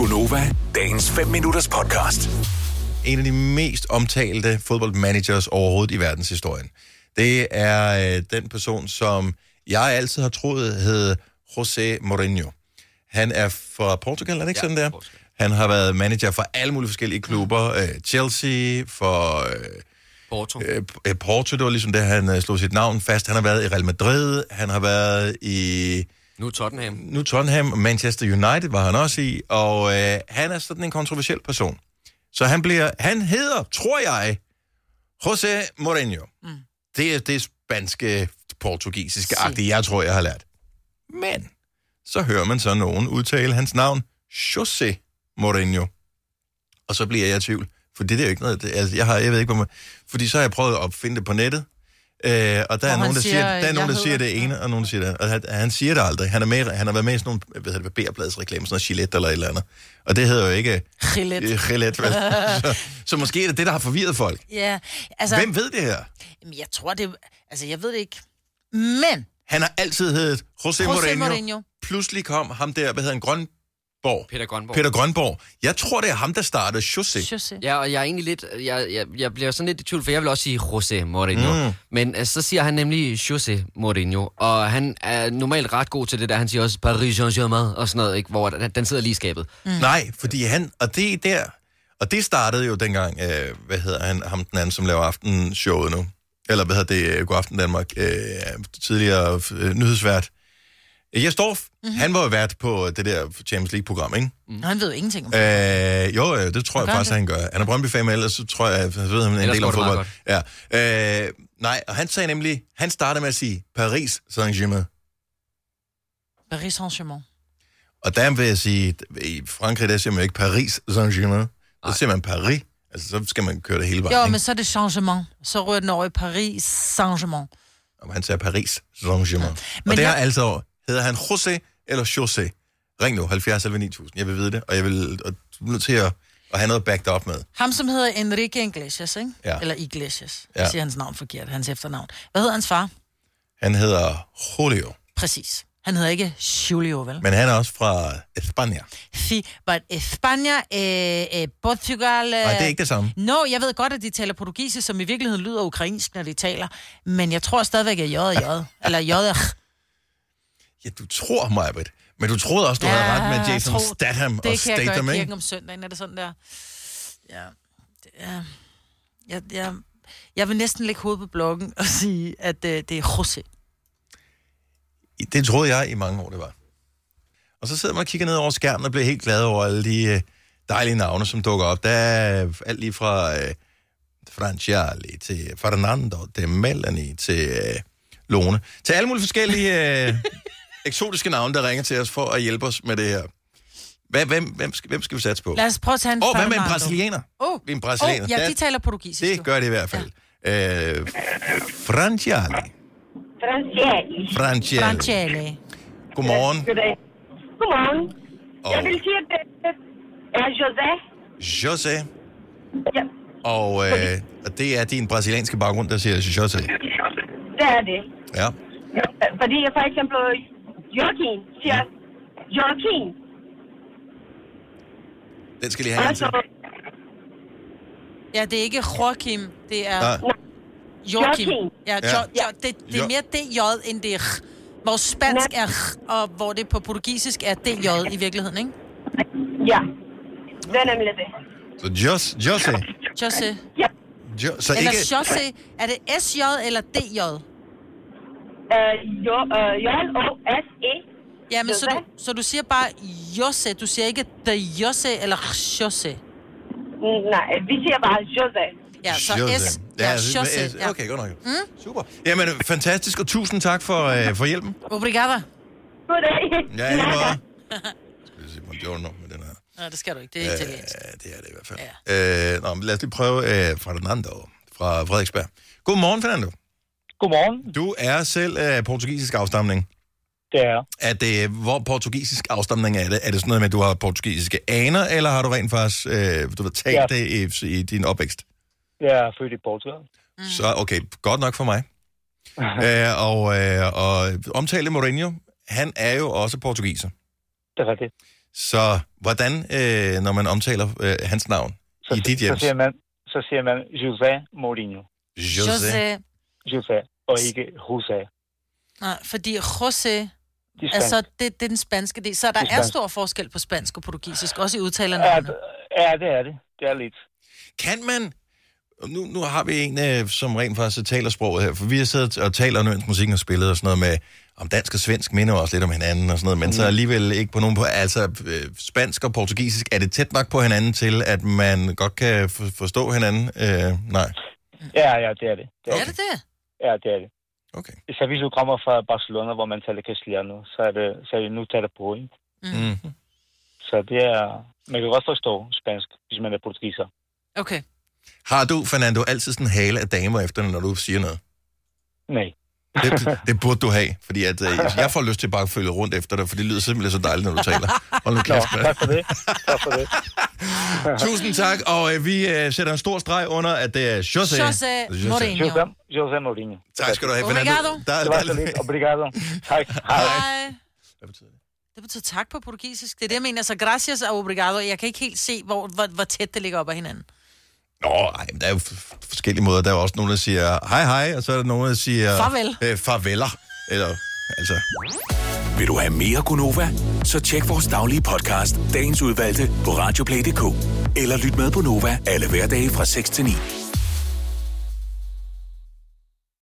Gonova, dagens 5 minutters podcast. En af de mest omtalte fodboldmanagers overhovedet i verdenshistorien. Det er den person, som jeg altid har troet hed José Mourinho. Han er fra Portugal, er det ikke sådan der? Portugal. Han har været manager for alle mulige forskellige klubber. Chelsea, for Porto. Porto, det var ligesom det, han slog sit navn fast. Han har været i Real Madrid, han har været i... Nu Tottenham, Manchester United var han også i, og han er sådan en kontroversiel person. Så han hedder, tror jeg, José Mourinho. Det er det spanske, portugisiske-agtige, jeg tror, jeg har lært. Men så hører man så nogen udtale hans navn, José Mourinho. Og så bliver jeg i tvivl, for det er jo ikke noget, jeg ved ikke, hvor man... Fordi så har jeg prøvet at opfinde det på nettet, og der er nogen, der siger det ene, og nogen, der siger det. Og han siger det aldrig. Han har været med i sådan nogle Bærbladsreklamer, sådan noget Gillette eller et eller andet. Og det hedder jo ikke Gillette. Så måske er det det, der har forvirret folk. Ja, altså... Hvem ved det her? Jeg tror det... Altså, jeg ved det ikke. Men... Han har altid heddet José Mourinho. Pludselig kom ham der, hvad hedder han, Peter Grønborg. Jeg tror, det er ham, der startede José. Ja, og jeg er egentlig lidt... Jeg bliver sådan lidt i tvivl, for jeg vil også sige José Mourinho. Men så siger han nemlig José Mourinho, og han er normalt ret god til det der. Han siger også Paris Saint-Germain og sådan noget, ikke? Hvor den sidder lige i skabet. Nej, fordi han... Og det er der... Og det startede jo dengang... hvad hedder han? Ham den anden, som laver aftenshowet nu. Eller hvad hedder det? God Aften Danmark. Tidligere nyhedsvært. Jes Dorf, han var jo vært på det der Champions League-program, ikke? Han ved jo ingenting om det. Jo, det tror jeg faktisk, han gør. Han er Brøndby-fan, ellers så tror jeg, han ved en del om fodbold. Ja. Nej, og han sagde nemlig, han startede med at sige Paris Saint-Germain. Paris Saint-Germain. Og der vil jeg sige, i Frankrig, der siger man ikke Paris Saint-Germain. Så siger man Paris. Altså, så skal man køre det hele vejen. Jo, men så er det Saint-Germain. Så rører den over i Paris Saint-Germain. Og han siger Paris Saint-Germain. Ja. Og det er altså... Hedder han José eller José? Ring nu, 70 11 9000. Jeg vil vide det, og jeg vil nødt til at have noget backed up med. Ham, som hedder Enrique Iglesias, ikke? Ja. Eller Iglesias. Jeg siger hans navn forkert, hans efternavn. Hvad hedder hans far? Han hedder Julio. Præcis. Han hedder ikke Julio, vel? Men han er også fra España. But España, Portugal... Nej, det er ikke det samme. Jeg ved godt, at de taler portugisisk, som i virkeligheden lyder ukrainsk, når de taler. Men jeg tror stadigvæk, at J. Eller J. Ja, du tror mig, Britt. Men du troede også, du havde ret med Jason Statham og Statham, ikke? Det kan jeg gøre i kirken om søndagen, er det sådan der? Ja. Jeg vil næsten lægge hovedet på blokken og sige, at det er José. Det troede jeg i mange år, det var. Og så sidder man og kigger ned over skærmen og bliver helt glad over alle de dejlige navne, som dukker op. Der er alt lige fra Franciali til Fernando, til Melanie, til Lone. Til alle mulige forskellige eksotiske navne, der ringer til os for at hjælpe os med det her. Hvem skal vi satse på? Lad os prøve at tage en hvad med en brasilianer? En brasilianer. Ja, de taler portugisisk. Det gør det i hvert fald. Ja. Franciali. Godmorgen. Godmorgen. Jeg vil sige, at det er José. Ja. Og det er din brasilianske baggrund, der siger José. Det er det. Ja. Fordi jeg for eksempel Joaquin siger Joaquin. Den skal lige have en til. Ja, det er ikke Joachim, det er Joachim. Ja, det er mere DJ end det R. Hvor spansk er R, og hvor det på portugisisk er DJ i virkeligheden, ikke? Ja, det er nemlig det. Så José. José. Ja. Så eller ikke... José. Er det SJ eller DJ? J-O-S-E. Ja, men så du siger bare José. Du siger ikke The José eller José. Nej, vi siger bare José. Ja, så S. Ja, José. Ja. Okay, godt nok. Super. Jamen, fantastisk, og tusind tak for hjælpen. Obrigada. Goddag. Ja, i måde. Skal vi se buongiorno med den her. Nej, det skal du ikke. Det er italiensk. Det er det i hvert fald. Ja. Lad os lige prøve Fernando fra Frederiksberg. Godmorgen, Fernando. Godmorgen. Du er selv portugisisk afstamning. Det er. Er det, hvor portugisisk afstamning er det? Er det sådan noget med, at du har portugisiske aner, eller har du rent faktisk talt det i din opvækst? Jeg er født i Portugal. Så okay, godt nok for mig. Og omtale Mourinho, han er jo også portugiser. Det er rigtigt. Så hvordan, når man omtaler hans navn i dit hjem? Så siger man José Mourinho. José, og ikke José. Nej, fordi José, altså det er den spanske del. Så der er stor forskel på spansk og portugisisk, også i udtalerne. Ja, det er det. Det er lidt. Kan man... Nu har vi en, som rent faktisk taler sproget her, for vi har siddet og talt om musikken og spillet og sådan noget med, om dansk og svensk minder også lidt om hinanden og sådan noget, men så alligevel ikke på nogen på, altså spansk og portugisisk, er det tæt nok på hinanden til, at man godt kan forstå hinanden? Nej. Ja, det er det. Okay. Er det det? Ja, det er det. Okay. Især hvis du kommer fra Barcelona, hvor man taler castellano, så er det nu taler på, ikke? Mm. Så det er... Man kan godt forstå spansk, hvis man er portugiser. Okay. Har du, Fernando, altid sådan en hale af damer efter, når du siger noget? Nej. Det burde du have, fordi at, jeg får lyst til bare at følge rundt efter dig, for det lyder simpelthen så dejligt, når du taler. Hold nu kæft, tak for det. Tusind tak, og vi sætter en stor streg under, at det er José Mourinho. José Mourinho. Tak skal du have, Fernando. Obrigado. Tak. Hej. Hvad betyder det? Det betyder tak på portugisisk. Det er det, jeg mener. Så gracias og obrigado. Jeg kan ikke helt se, hvor tæt det ligger op ad hinanden. Nej, men der er jo forskellige måder. Der er jo også nogen, der siger hej, og så er der nogen, der siger... Farvel. Farveler. Eller, altså... Vil du have mere Gunova? Så tjek vores daglige podcast, dagens udvalgte, på radioplay.dk. Eller lyt med på Nova alle hverdage fra 6 til 9.